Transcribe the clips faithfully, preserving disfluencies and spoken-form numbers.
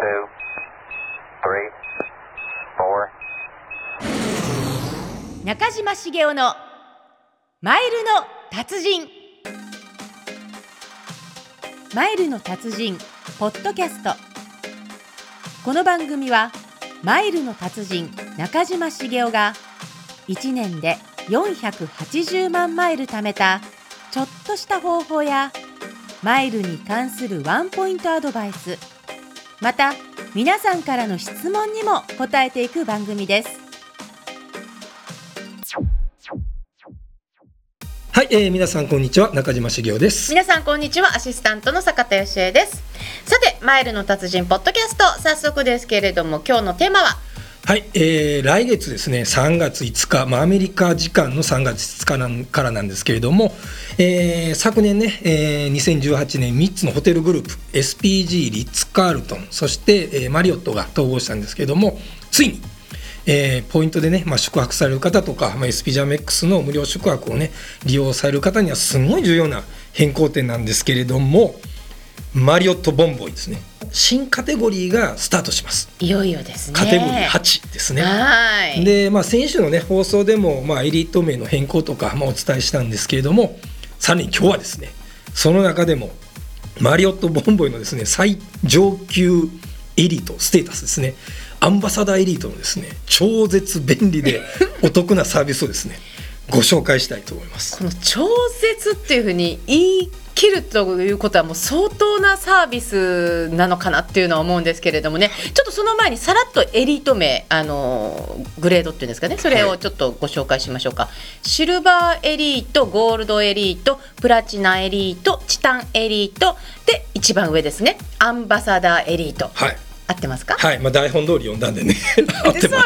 中島茂雄のマイルの達人。マイルの達人ポッドキャスト。この番組はマイルの達人中島茂雄がいちねんでよんひゃくはちじゅうまんマイル貯めたちょっとした方法やマイルに関するワンポイントアドバイス、また皆さんからの質問にも答えていく番組です。 はい、えー、皆さんこんにちは、中島茂雄です。 皆さんこんにちは、アシスタントの坂田芳恵です。さて、マイルの達人ポッドキャスト、早速ですけれども今日のテーマは、 はい、えー、来月ですね、さんがついつか、まあ、アメリカ時間のさんがついつかなんからなんですけれども、えー、昨年ね、えー、にせんじゅうはちねんみっつのホテルグループ エスピージー リッツ・カールトン、そして、えー、マリオットが統合したんですけれども、ついにえー、ポイントでね、まあ、宿泊される方とか、まあ、エスピージー アメックスの無料宿泊をね利用される方にはすごい重要な変更点なんですけれども、マリオットボンボイですね、新カテゴリーがスタートします。 いよいよですね。 カテゴリーはちですね。 はいで、まあ、先週のね放送でも、まあ、エリート名の変更とか、まあ、お伝えしたんですけれども、さらに今日はですね、その中でもマリオットボンボイのですね最上級エリートステータスですね、アンバサダーエリートのですね超絶便利でお得なサービスをですねご紹介したいと思います。 この超絶っていうふうに言い切るということはもう相当なサービスなのかなっていうのは思うんですけれどもね、ちょっとその前にさらっとエリート名、あのグレードっていうんですかね、それをちょっとご紹介しましょうか。はい、シルバーエリート、ゴールドエリート、プラチナエリート、チタンエリートで、一番上ですね、アンバサダーエリート。はい、合ってますか？ はい、まあ、台本通り読んだんでね合ってます。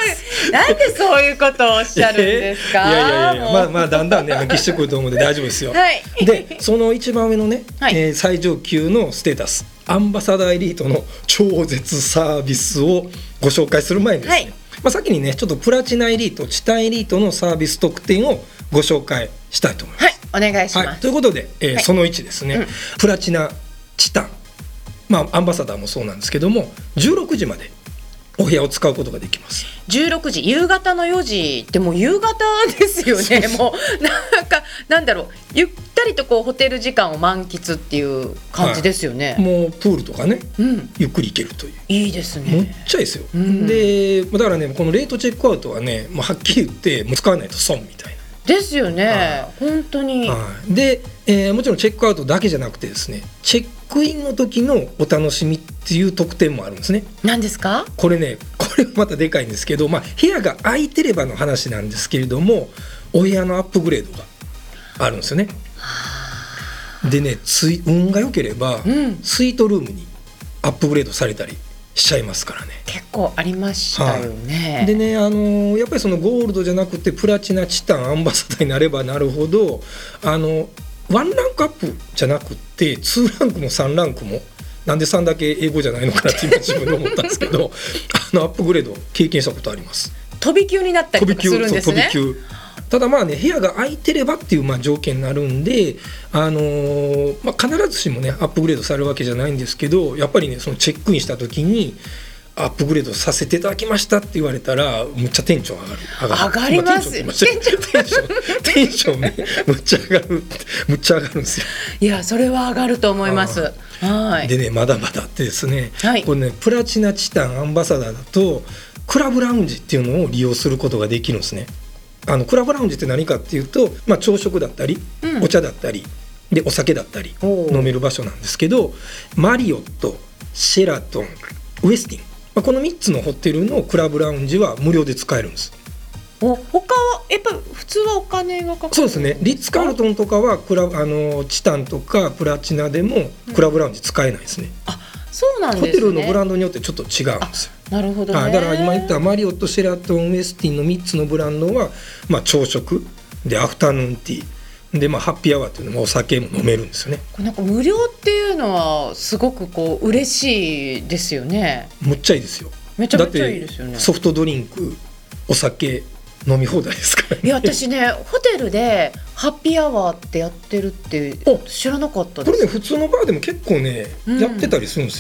なんでそういうことをおっしゃるんですか？ えー、いやいやいや、まあまあだんだんね暗記してくると思うので大丈夫ですよ。はい、でその一番上のね、はい、えー、最上級のステータスアンバサダーエリートの超絶サービスをご紹介する前にですね、はい、まあ、先にねちょっとプラチナエリート、チタンエリートのサービス特典をご紹介したいと思います。 はい、お願いします。 はい、ということで、えーはい、そのいちですね、うん、プラチナ、チタン、まあ、アンバサダーもそうなんですけども、じゅうろくじまでお部屋を使うことができます。 じゅうろくじ、夕方のよじってもう夕方ですよね。そうそう、もうなんかなんだろう、ゆったりとこうホテル時間を満喫っていう感じですよね。 はい、もうプールとかね、うん、ゆっくり行けるという。 いいですね。 めっちゃいいですよ。うん、でだからね、このレートチェックアウトはね、もうはっきり言ってもう使わないと損みたいな。 ですよね。はい、本当に。 はい、で、えー、もちろんチェックアウトだけじゃなくてですね、チェックインの時のお楽しみっていう特典もあるんですね。 何ですか？これね、これまたでかいんですけど、まあ、部屋が空いてればの話なんですけれども、お部屋のアップグレードがあるんですよね。でね、つい運が良ければ、うん、スイートルームにアップグレードされたりしちゃいますからね。 結構ありましたよね。 はい、でね、あのー、やっぱりそのゴールドじゃなくてプラチナ、チタン、アンバサダーになればなるほど、あのワンランクアップじゃなくてツーランクもさんランクも、なんでさんだけ英語じゃないのかなって今自分で思ったんですけどあのアップグレード経験したことあります。 飛び級になったりとかするんですね。 飛び級。ただまあね、部屋が空いてればっていうまあ条件になるんで、あのーまあ、必ずしもねアップグレードされるわけじゃないんですけど、やっぱりねそのチェックインした時にアップグレードさせていただきましたって言われたらむっちゃテンション上がる上がる上がります。テンションテンションテンションねむっちゃ上がるむっちゃ上がるんですよ。 いや、それは上がると思います。はい。 でね、まだまだあってですね、 はい、 これねプラチナ、チタン、アンバサダーだとクラブラウンジっていうのを利用することができるんですね。あのクラブラウンジって何かっていうと、まあ、朝食だったり、うん、お茶だったりでお酒だったり飲める場所なんですけど、マリオット、シェラトン、ウエスティン、まあ、このみっつのホテルのクラブラウンジは無料で使えるんです。 お他はやっぱ普通はお金がかかる？ そうですね。リッツ・カールトンとかはクラあのチタンとかプラチナでもクラブラウンジ使えないですね。 うん、あ、そうなんですね。 ホテルのブランドによってちょっと違うんですよ。 なるほどね。 だから今言ったマリオット、シェラトン、ウエスティンのみっつのブランドは、まあ、朝食でアフタヌーンティーで、まあ、ハッピーアワーというのもお酒も飲めるんですよね。 なんか無料っていうのはすごくこう嬉しいですよね。 むっちゃいいですよ。 めちゃめちゃいいですよね。 だってソフトドリンク、お酒飲み放題ですからね。 いや、私ねホテルでハッピーアワーってやってるって知らなかったです。 これね普通のバーでも結構ね、うん、やってたりするんですよ。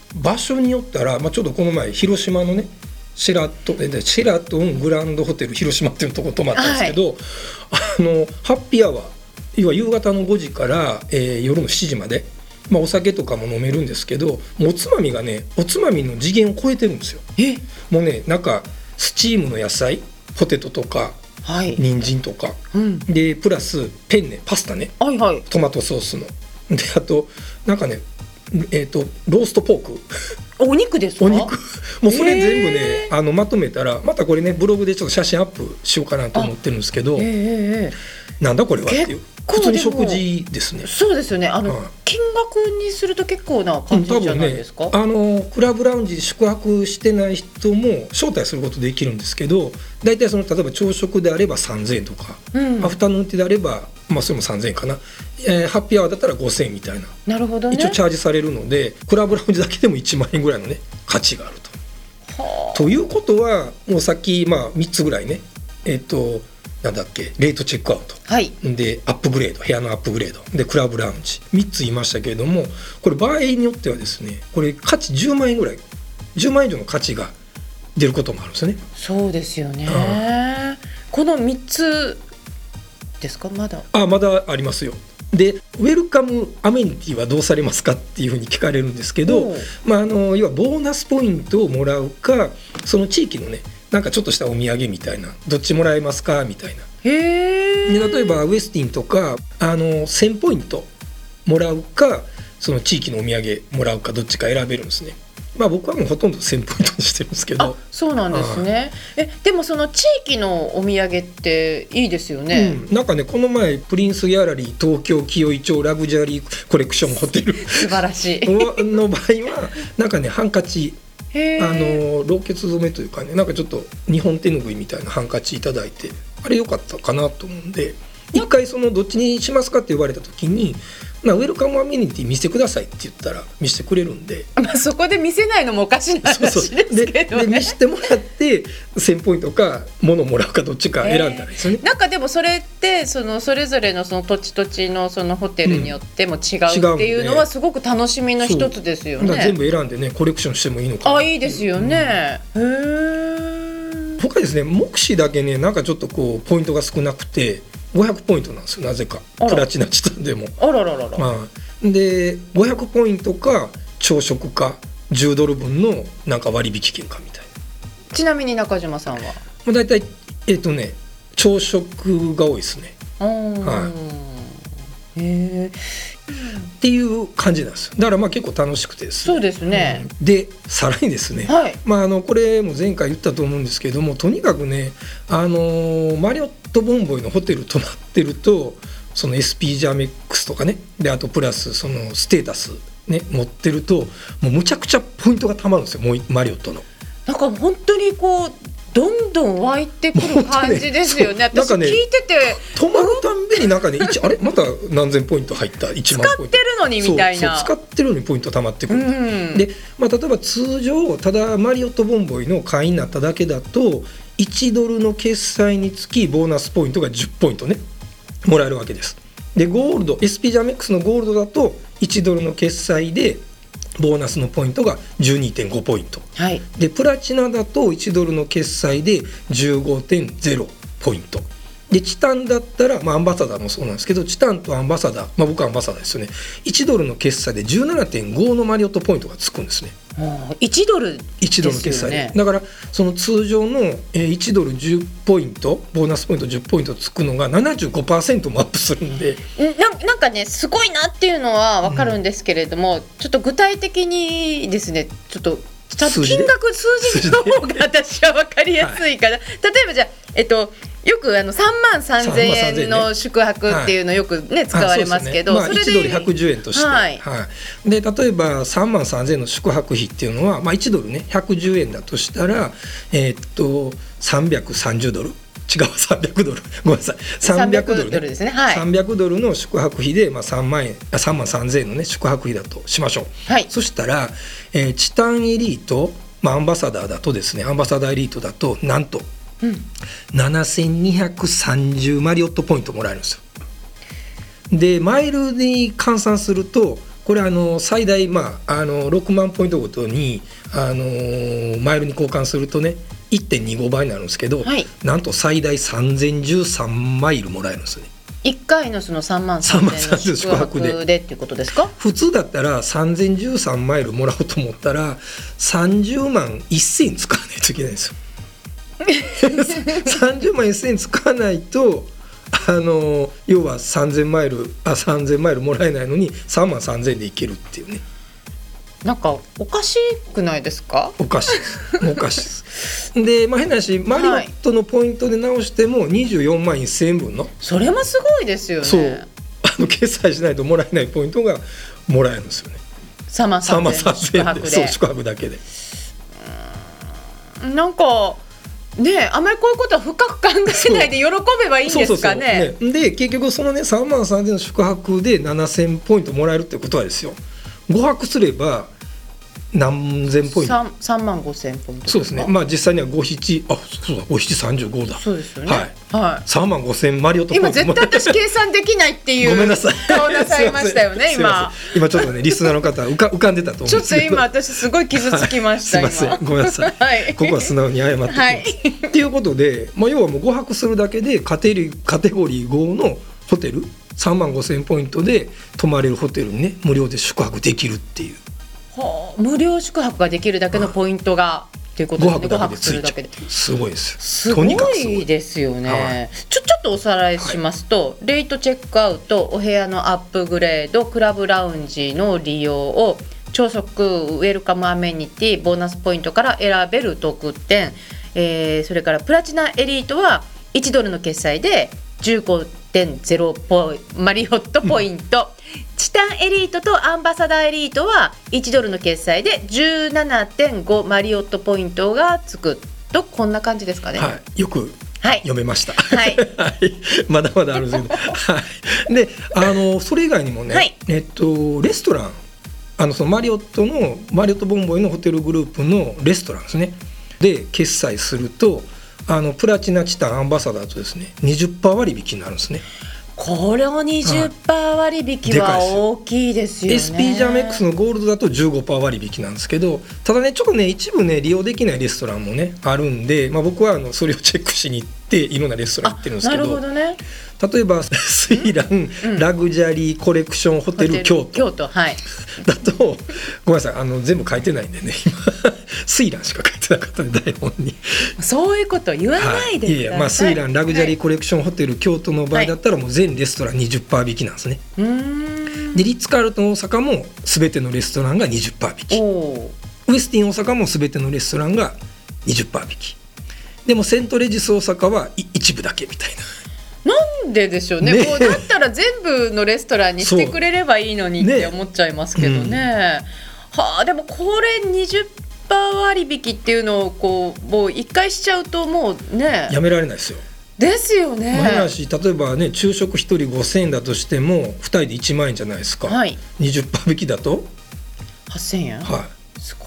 場所によったら、まあ、ちょっとこの前広島のねシェラトンシェラトングランドホテル広島っていうところ泊まったんですけど、はい、あのハッピーアワー、要は夕方のごじから、えー、夜のしちじまで、まあ、お酒とかも飲めるんですけど、もうおつまみがねおつまみの次元を超えてるんですよ。 えもうねなんかスチームの野菜ポテトとか、はい、人参とか、うん、でプラスペンネパスタね、 はいはい、 トマトソースので、あとなんかね、えーと、ローストポークお肉ですか？ お肉もうそれ全部ねあのまとめたら、またこれねブログでちょっと写真アップしようかなと思ってるんですけど、なんだこれはっていう普通に食事ですね。 そうですよね。あの、はい、金額にすると結構な感じじゃないですか？ 多分ね、あのクラブラウンジで宿泊してない人も招待することできるんですけど、だいたいその例えば朝食であればさんぜんえんとか、うん、アフタヌーンティーであれば、まあ、それもさんぜんえんかな、えー、ハッピーアワーだったらごせんえんみたいな、 なるほどね、 一応チャージされるのでクラブラウンジだけでもいちまんえんぐらいの、ね、価値があると。ということはもうさっき、まあ、みっつぐらいね、えっとなんだっけレートチェックアウト、 はい、 でアップグレード、部屋のアップグレードでクラブラウンジみっつ言いましたけれども、これ場合によってはですね、これ価値じゅうまんえんぐらい、じゅうまんえん以上の価値が出ることもあるんですよね。 そうですよね。このみっつですか？まだあまだありますよ。でウェルカムアメニティはどうされますかっていうふうに聞かれるんですけど、まあ、あの要はボーナスポイントをもらうか、その地域のねなんかちょっとしたお土産みたいな、どっちもらえますかみたいな。 へで例えばウエスティンとかあのせんポイントもらうか、その地域のお土産もらうか、どっちか選べるんですね。まあ、僕はもうほとんどせんポイントにしてるんですけど。 あそうなんですね。えでもその地域のお土産っていいですよね、 うん、なんかねこの前プリンスギャラリー東京紀尾井町ラグジュアリーコレクションホテル素晴らしいの場合はなんかねハンカチ、あの老血染めというかね、なんかちょっと日本手ぬぐいみたいなハンカチいただいて、あれ良かったかなと思うんで、一回そのどっちにしますかって言われた時に、まあ、ウェルカムアメニティ見せてくださいって言ったら見せてくれるんで、 まあ、そこで見せないのもおかしな話ですけどね。 そうそうでで見せてもらってせんポイントか物もらうかどっちか選んだらいいですよね。 なんかでもそれってそのそれぞれのその土地土地のそのホテルによっても違うっていうのはすごく楽しみの一つですよね。 だから全部選んでねコレクションしてもいいのかな。 あいいですよね、うん、へー。 他ですね目視だけねなんかちょっとこうポイントが少なくてごひゃくポイントなんですよ、なぜかプラチナチタンでも。 あらららら、 まあ、でごひゃくポイントか朝食かじゅうドル分のなんか割引券かみたいな。 ちなみに中島さんはだいたいえっとね朝食が多いですね。 はい、へーっていう感じなんですよ。だからまあ結構楽しくてですね。 そうですね、 うん、でさらにですね、 はい、 まあ、あのこれも前回言ったと思うんですけども、とにかくね、あのー、マリオットボンボイのホテル泊まってるとその エスピー ジャーメックスとかね、であとプラスそのステータス、ね、持ってるともうむちゃくちゃポイントがたまるんですよ、もうマリオットの。 なんか本当にこうどんどん湧いてくる感じですよね。私聞いてて泊まるたんびになんかねあれまた何千ポイント入ったいちまんポイント使ってるのにみたいな。 そうそう使ってるのにポイントたまってくる、うん、で、まあ、例えば通常ただマリオットボンボイの会員になっただけだといちドルの決済につきボーナスポイントがじゅうポイントねもらえるわけです。でゴールド エスピー ジャーメックスのゴールドだといちドルの決済でボーナスのポイントが じゅうにてんご ポイント、はい、でプラチナだといちドルの決済で じゅうごてんゼロ ポイントで、チタンだったら、まあ、アンバサダーもそうなんですけど、チタンとアンバサダー、まあ、僕はアンバサダーですよね、いちドルの決済で じゅうななてんご のマリオットポイントがつくんですね。 いちドルですよね。 いちドルの決済でだからその通常のいちドルじゅうポイントボーナスポイントじゅうポイントつくのが ななじゅうごパーセント もアップするんでな, なんかねすごいなっていうのは分かるんですけれども、うん、ちょっと具体的にですねちょっとちゃんと金額数字の方が私は分かりやすいから、はい、例えばじゃあ、えっと、よくあのさんまんさんぜんえんの宿泊っていうのよく、ね、使われますけど、 まあ、いちドルひゃくじゅうえんとして、はいはい、で例えばさんまんさんぜんえんの宿泊費っていうのは、まあ、いちドルねひゃくじゅうえんだとしたら、えー、っとさんびゃくさんじゅうドル違うさんびゃくドルごめんなさいさんびゃくドルね、 ですね、はい、 さんびゃくドルの宿泊費で、まあ、さんまんえんさんまんさんぜんえんの、ね、宿泊費だとしましょう、はい、そしたら、えー、チタンエリート、まあ、アンバサダーだとですねアンバサダーエリートだとなんと、うん、ななせんにひゃくさんじゅうマリオットポイントもらえるんですよ。でマイルに換算するとこれあの最大、まあ、あのろくまんポイントごとに、あのーマイルに交換するとね いってんにごばいになるんですけど、 はい、 なんと最大さんぜんじゅうさんマイルもらえるんですよね。 いっかいのそのさんまんさんぜんの宿泊でっていうことですか。 普通だったらさんぜんじゅうさんマイルもらおうと思ったらさんじゅうまんせんえん使わないといけないんですよさんじゅうまんせんえん使わないと、あの要はさんぜんマイルあさんぜんマイルもらえないのにさんまんさんぜんえんでいけるっていうね。 なんかおかしくないですか。 おかしいですおかしいですで、まあ、変な話マリオットのポイントで直してもにじゅうよんまんせんえんぶんの、 それもすごいですよね。 そうあの決済しないともらえないポイントがもらえるんですよね。 さんまんさんぜんえんの宿泊で、 そう宿泊だけで。 うーんなんかね、あまりこういうことは深く考えないで喜べばいいんですかね。 そうそうそうねで結局そのねさんまんさんぜんえんの宿泊でななせんポイントもらえるってことはですよ、ごはくすれば何千ポイントさんまんごせんポイント。 そうですね、まあ実際にはごひきあそうだごひきさんじゅうごだそうですよね、 はいはい、 さんまんごせんマリオットポイント今絶対私計算できないっていうごめんなさい顔なさいましたよね今今ちょっとねリスナーの方浮か浮かんでたと思うんちょっですけどと今私すごい傷つきました、 はい、すいませんごめんなさい、 はい、 ここは素直に謝ってきます、はい、っていうことで、まあ、要はもうごはくするだけでカテリカテゴリーごのホテルさんまんごせんポイントで泊まれるホテルにね無料で宿泊できるっていう、 はあ、無料宿泊ができるだけのポイントがっていうことですね。 ごはくだけでついちゃうすごいですよ。 すごいですよね、はい、ちょ、ちょっとおさらいしますと、はい、レイトチェックアウト、お部屋のアップグレード、クラブラウンジの利用を朝食、ウェルカムアメニティ、ボーナスポイントから選べる特典、えー、それからプラチナエリートはいちドルの決済で じゅうごてんゼロ ポイマリオットポイント、うん、チタンエリートとアンバサダーエリートはいちドルの決済で じゅうななてんご マリオットポイントがつくと、こんな感じですかね。 はい、よく読めました、 はいはい、 まだまだあるんですけど、はい、であのそれ以外にもね、はい、えっと、レストランあのそのマリオットのマリオットボンボイのホテルグループのレストランですねで決済すると、あのプラチナチタンアンバサダーとですね にじゅっパーセント 割引になるんですね。 これを にじゅっパーセント 割引は大きいですよね。 エスピー ジャム X のゴールドだと じゅうごパーセント 割引なんですけど、ただねちょっとね一部ね利用できないレストランもねあるんで、まあ、僕はあのそれをチェックしに行っていろんなレストラン行ってるんですけど、 なるほどね、 例えばスイラン、うん、ラグジュアリーコレクションホテル京都、 京都、はい、 だとごめんなさい、あの全部書いてないんでね今スイランしか書いてなかったんで台本にそういうこと言わないでください、はい、いやいや、まあ、 スイランラグジュアリーコレクションホテル京都の場合だったらもう全レストラン にじゅっパーセント 引きなんですね。うーんでリッツ・カールトン大阪も全てのレストランが にじゅっパーセント 引き、おウエスティン大阪も全てのレストランが にじゅっパーセント 引きでもセントレジス大阪は一部だけみたいな。 なんででしょう ね, ねこうだったら全部のレストランにしてくれればいいのにって思っちゃいますけど ね, ね、うん、はあ、でもこれ にじゅっパーセント 割引っていうのをこうもう一回しちゃうともうねやめられないですよ。 ですよね。 前だし例えばね昼食ひとりごせんえんだとしてもふたりでいちまんえんじゃないですか、はい、にじゅっパーセント 引きだとはっせんえん、 はい、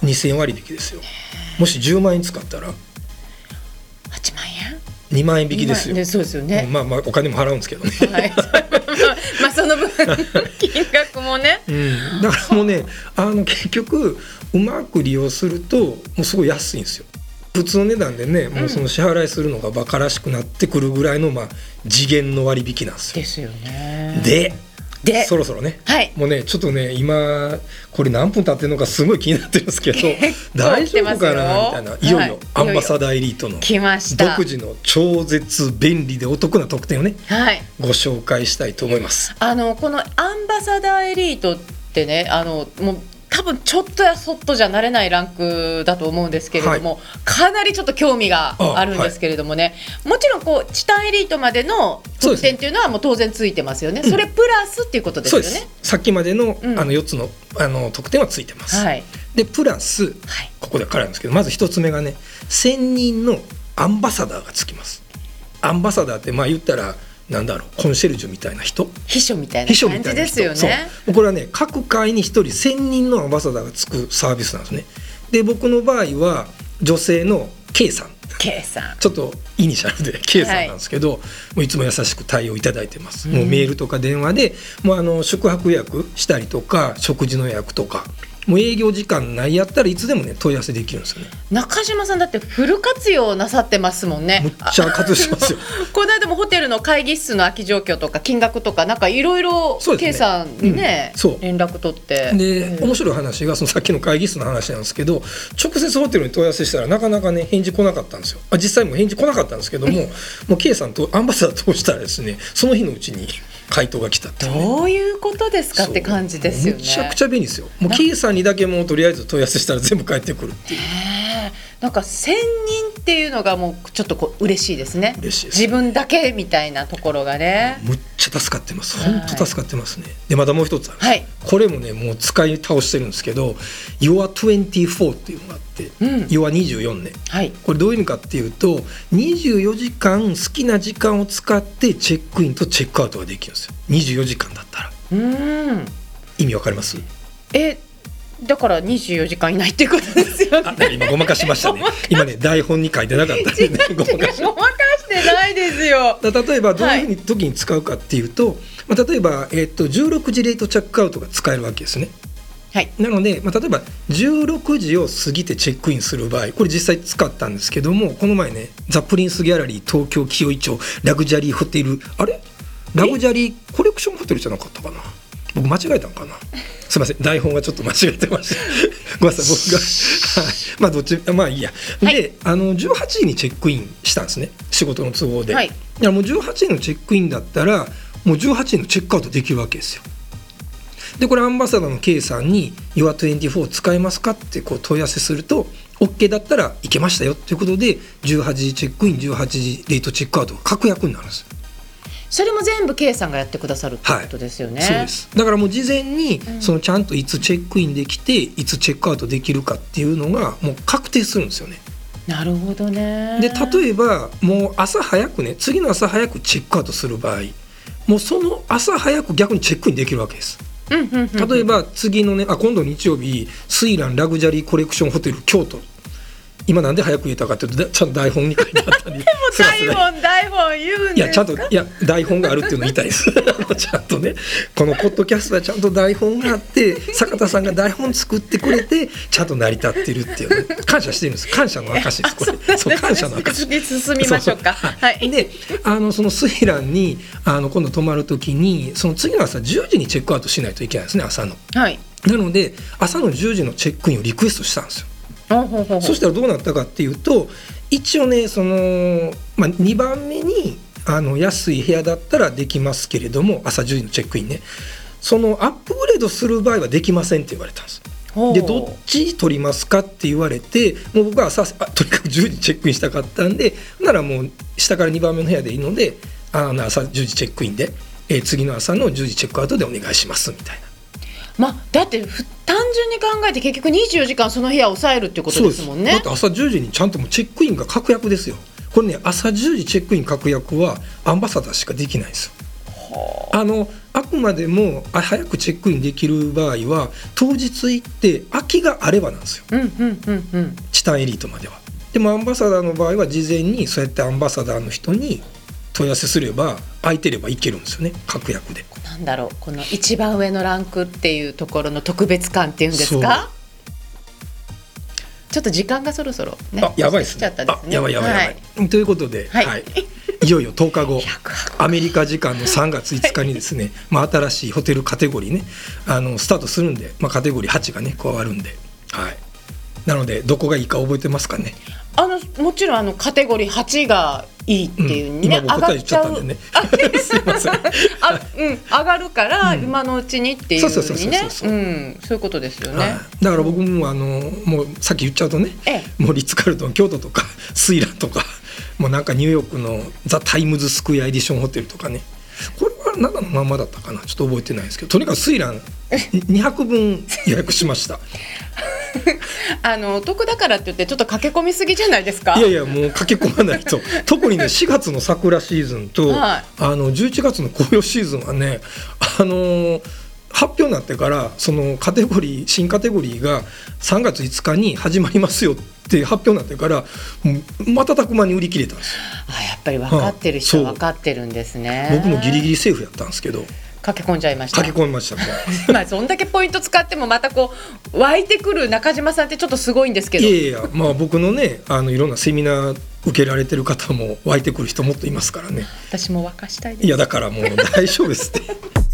にせんえん割引ですよ。もしじゅうまんえん使ったらはちまんえんにまんえん引きですよ。 ね、そうですよね。 まあまあお金も払うんですけどね、はい、 まあその分金額もね、 うん、だからもうねあの結局うまく利用するともうすごい安いんですよ。普通の値段でね、もうその支払いするのがバカらしくなってくるぐらいの、まあ、次元の割引なんですよ。 ですよね。 ででそろそろね、 はい、 もうねちょっとね今これ何分経ってるのかすごい気になってるんですけど大丈夫かなみたいな、いよいよアンバサダーエリートの来ました独自の超絶便利でお得な特典をね、はい、ご紹介したいと思います。 あのこのアンバサダーエリートってね、あのもう多分ちょっとやそっとじゃなれないランクだと思うんですけれども、はい、かなりちょっと興味があるんですけれどもね、はい、もちろんこうチタンエリートまでの特典っていうのはもう当然ついてますよね。 そ, それプラスっていうことですよね。 そうです。さっきまで の,、うん、あのよっつ の, あの特典はついてます、はい、でプラス、はい、ここで書かれるんですけど、まずひとつめがねせんにんのアンバサダーがつきます。アンバサダーってまあ言ったらなんだろう、コンシェルジュみたいな人、 秘書みたいな感じですよね。 そうこれはね各階にひとりせんにんのアンバサダーがつくサービスなんですね。で僕の場合は女性の K さん K さんちょっとイニシャルで K さんなんですけど、はい、もういつも優しく対応いただいてます、うん、もうメールとか電話でもうあの宿泊予約したりとか食事の予約とかもう営業時間ないやったらいつでもね問い合わせできるんですよね。 中島さんだってフル活用なさってますもんね。 むっちゃ活用しますよこの間もホテルの会議室の空き状況とか金額とかなんかいろいろ K さんにね、うん、連絡取ってで、 うん、 面白い話がそのさっきの会議室の話なんですけど直接ホテルに問い合わせしたらなかなかね返事来なかったんですよ。あ実際も返事来なかったんですけどももう K さんとアンバサダー通したらですねその日のうちに回答が来たっていう、ね、 どういうことですかって感じですよね。 めちゃくちゃ便利ですよ。もう K さんにだけもうとりあえず問い合わせしたら全部返ってくるっていう。 なんか専任っていうのがもうちょっとこう嬉しいですね。 嬉しいです。 自分だけみたいなところがね。 むっちゃ助かってます。本当助かってますね。でまたもう一つある、 はい、 これもねもう使い倒してるんですけど ユアトゥエンティフォー っていうのがあって、うん、ユアにじゅうよんね、はい、これどういう意味かっていうとにじゅうよじかん好きな時間を使ってチェックインとチェックアウトができるんですよ。にじゅうよじかんだったら。うーん意味わかります？ えだからにじゅうよじかんいないっていうことですよね。 今ごまかしましたね。今ね台本に書いてなかったんでねごまかしごまかしてないですよ。 例えばどういうふうに時に使うかっていうと、はいまあ、例えば、えー、とじゅうろくじレートチェックアウトが使えるわけですね。はい、なので、まあ、例えばじゅうろくじを過ぎてチェックインする場合これ実際使ったんですけどもこの前ねザ・プリンスギャラリー東京清井町ラグジュアリーホテルあれラグジュアリーコレクションホテルじゃなかったかな僕間違えたのかなすいません台本がちょっと間違えてましたごめんなさい僕が、はい、まあどっちまあいいや、はい、であのじゅうはちじにチェックインしたんですね仕事の都合で、はい、いやもうじゅうはちじのチェックインだったらもうじゅうはちじのチェックアウトできるわけですよ。でこれアンバサダーの K さんに ユアトゥエンティフォー 使えますかってこう問い合わせすると OK だったらいけましたよということでじゅうはちじチェックインじゅうはちじレートチェックアウトが確約になるんです。 それも全部 K さんがやってくださるってことですよね、はい、 そうです。だからもう事前にそのちゃんといつチェックインできていつチェックアウトできるかっていうのがもう確定するんですよね。 なるほどね。 で例えばもう朝早くね次の朝早くチェックアウトする場合もうその朝早く逆にチェックインできるわけです。うんうんうんうん、例えば次のねあ今度日曜日スイランラグジュアリーコレクションホテル京都今なんで早く言えたかというとちゃんと台本に書いてあったりでも台本台本言うんですか？ いやちゃんといや台本があるっていうのを言いたいですちゃんとねこのポッドキャストはちゃんと台本があって坂田さんが台本作ってくれてちゃんと成り立ってるっていう、ね、感謝してるんです。感謝の証ですこれ。そう感謝の証。 次進みましょうか。 そうそうはい、であのそのスイランにあの今度泊まるときにその次の朝じゅうじにチェックアウトしないといけないですね朝の、はい、なので朝のじゅうじのチェックインをリクエストしたんですよ。ほうほうほうそしたらどうなったかっていうと一応ねその、まあ、にばんめにあの安い部屋だったらできますけれども朝じゅうじのチェックインねそのアップグレードする場合はできませんって言われたんです。でどっち取りますかって言われてもう僕は朝あとにかくじゅうじチェックインしたかったんでならもう下からにばんめの部屋でいいのであの朝じゅうじチェックインで、えー、次の朝のじゅうじチェックアウトでお願いしますみたいな。 まあ、だって単純に考えて結局にじゅうよじかんその部屋を抑えるってことですもんね。 だって朝じゅうじにちゃんともうチェックインが確約ですよ。これね朝じゅうじチェックイン確約はアンバサダーしかできないんですよ。あのあくまでも早くチェックインできる場合は当日行って空きがあればなんですよ、うんうんうんうん、チタンエリートまでは。でもアンバサダーの場合は事前にそうやってアンバサダーの人に問い合わせすれば空いてればいけるんですよね確約で。 なんだろうこの一番上のランクっていうところの特別感っていうんですか。ちょっと時間がそろそろねあやばいですね。 ですねあやばいやばいやばい、はい、ということで、はいはい、いよいよとおかごアメリカ時間のさんがついつかにですね、はいまあ、新しいホテルカテゴリーねあのスタートするんで、まあ、カテゴリーはちがね加わるんで、はい、なのでどこがいいか覚えてますかね。 あのもちろんあのカテゴリーはちがいいっていう、ねうん、今僕答え言っちゃったんでねすいませんあ、 うん、上がるから今のうちにっていう風にねそういうことですよね、はい、 だから僕もあのもうさっき言っちゃうとね、ええ、もうリッツカルトン京都とかスイランとかもうなんかニューヨークのザ・タイムズスクエアエディションホテルとかねこれは何のまんまだったかなちょっと覚えてないですけどとにかくスイランにはくぶん予約しましたあのお得だからって言ってちょっと駆け込みすぎじゃないですか。 いやいやもう駆け込まないと特にねしがつの桜シーズンと、はい、あのじゅういちがつの紅葉シーズンはねあの発表になってからそのカテゴリー新カテゴリーがさんがついつかに始まりますよって発表になってからもう瞬く間に売り切れたんですよ。 あ、やっぱり分かってる人は分かってるんですね。 僕もギリギリセーフやったんですけど駆け込んじゃいました。 駆け込みましたまあそんだけポイント使ってもまたこう湧いてくる中島さんってちょっとすごいんですけど。 いやいや、まあ、僕のねあのいろんなセミナー受けられてる方も湧いてくる人もっといますからね。 私も沸かしたいです。 いやだからもう大丈夫ですって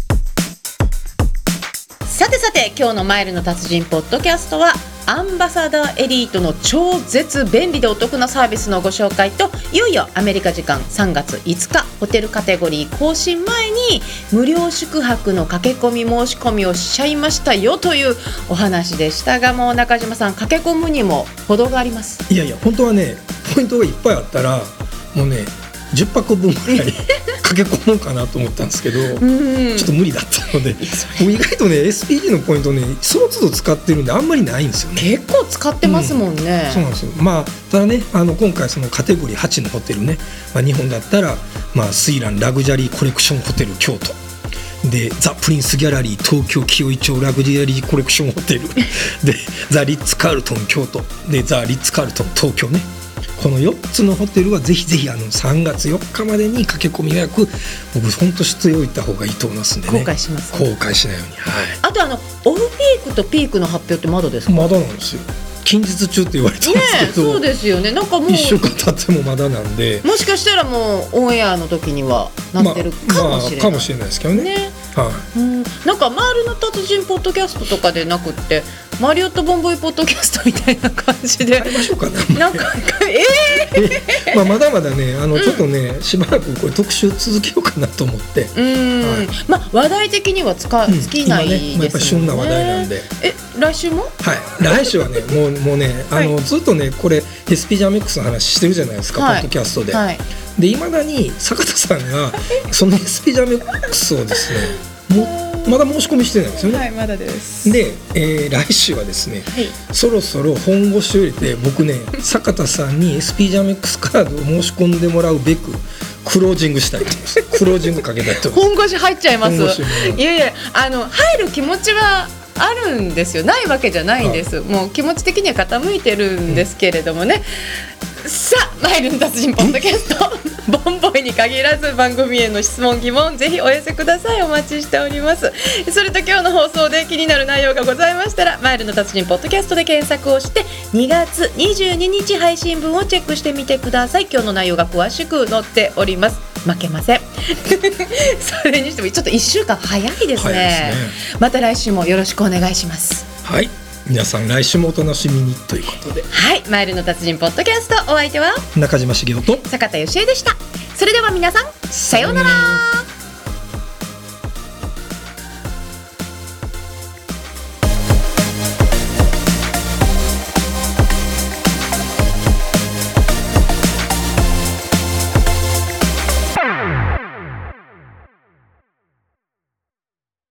さてさて今日のマイルの達人ポッドキャストはアンバサダーエリートの超絶便利でお得なサービスのご紹介と、いよいよアメリカ時間さんがついつかホテルカテゴリー更新前に無料宿泊の駆け込み申し込みをしちゃいましたよというお話でしたが、もう中島さん駆け込むにも程があります。 いやいや本当はねポイントがいっぱいあったらもうねじゅっぱくぶんぐらい駆け込もうかなと思ったんですけどうんちょっと無理だったので、もう意外とね エスピージー のポイントねその都度使ってるんであんまりないんですよね。 結構使ってますもんね、 うん、そうなんですよ。まあただねあの今回そのカテゴリーはちのホテルね、まあ、日本だったら、まあ、スイランラグジュアリーコレクションホテル京都でザ・プリンスギャラリー東京紀尾井町ラグジュアリーコレクションホテルでザ・リッツ・カールトン京都でザ・リッツ・カールトン東京ね、このよっつのホテルはぜひぜひあのさんがつよっかまでに駆け込み予約僕本当しておいた方がいいと思いますんでね。 後悔します、 後悔しないように、はい、 あとあのオフピークとピークの発表ってまだですか？ まだなんですよ。近日中って言われたんですけど、 ね、そうですよね。なんかもういっしゅうかん経ってもまだなんで、 もしかしたらもうオンエアの時にはなってるかもしれない、 まあまあ、かもしれないですけどね。 ね、 はい、 うん、なんかマールの達人ポッドキャストとかでなくってマリオットボンボイポッドキャストみたいな感じでやりましょうかね。 なんかえー、 まあまだまだねあの、うん、ちょっとねしばらくこれ特集続けようかなと思って、 うん、はい、まあ話題的にはつか、うん、尽きないですね。 今ね、まあ、やっぱり旬な話題なんで。 え来週も？ はい、来週はねもうもうねあの、はい、ずっとねこれ エスピー ジャム X の話してるじゃないですか、はい、ポッドキャストで。はい、でいまだに坂田さんがその エスピー ジャム X をですねもまだ申し込みしてないんですよね。 はい、まだです。 で、えー、来週はですね、はい、そろそろ本腰を入れて僕ね坂田さんに エスピー ジャム X カードを申し込んでもらうべくクロージングしたいと思いますクロージングかけたいと思います。 本腰入っちゃいます。いやいやあの入る気持ちはあるんですよ。ないわけじゃないんです。もう気持ち的には傾いてるんですけれどもね、うん、さあマイルの達人ポッドキャストボンボイに限らず番組への質問疑問ぜひお寄せください。お待ちしております。それと今日の放送で気になる内容がございましたらマイルの達人ポッドキャストで検索をしてにがつにじゅうににち配信分をチェックしてみてください。今日の内容が詳しく載っております。負けませんそれにしてもちょっといっしゅうかん早いですね。 早いですね。 また来週もよろしくお願いします。 はい、皆さん来週もお楽しみにということで、 はい、マイルの達人ポッドキャストお相手は中島茂雄と坂田芳恵でした。それでは皆さんさようなら。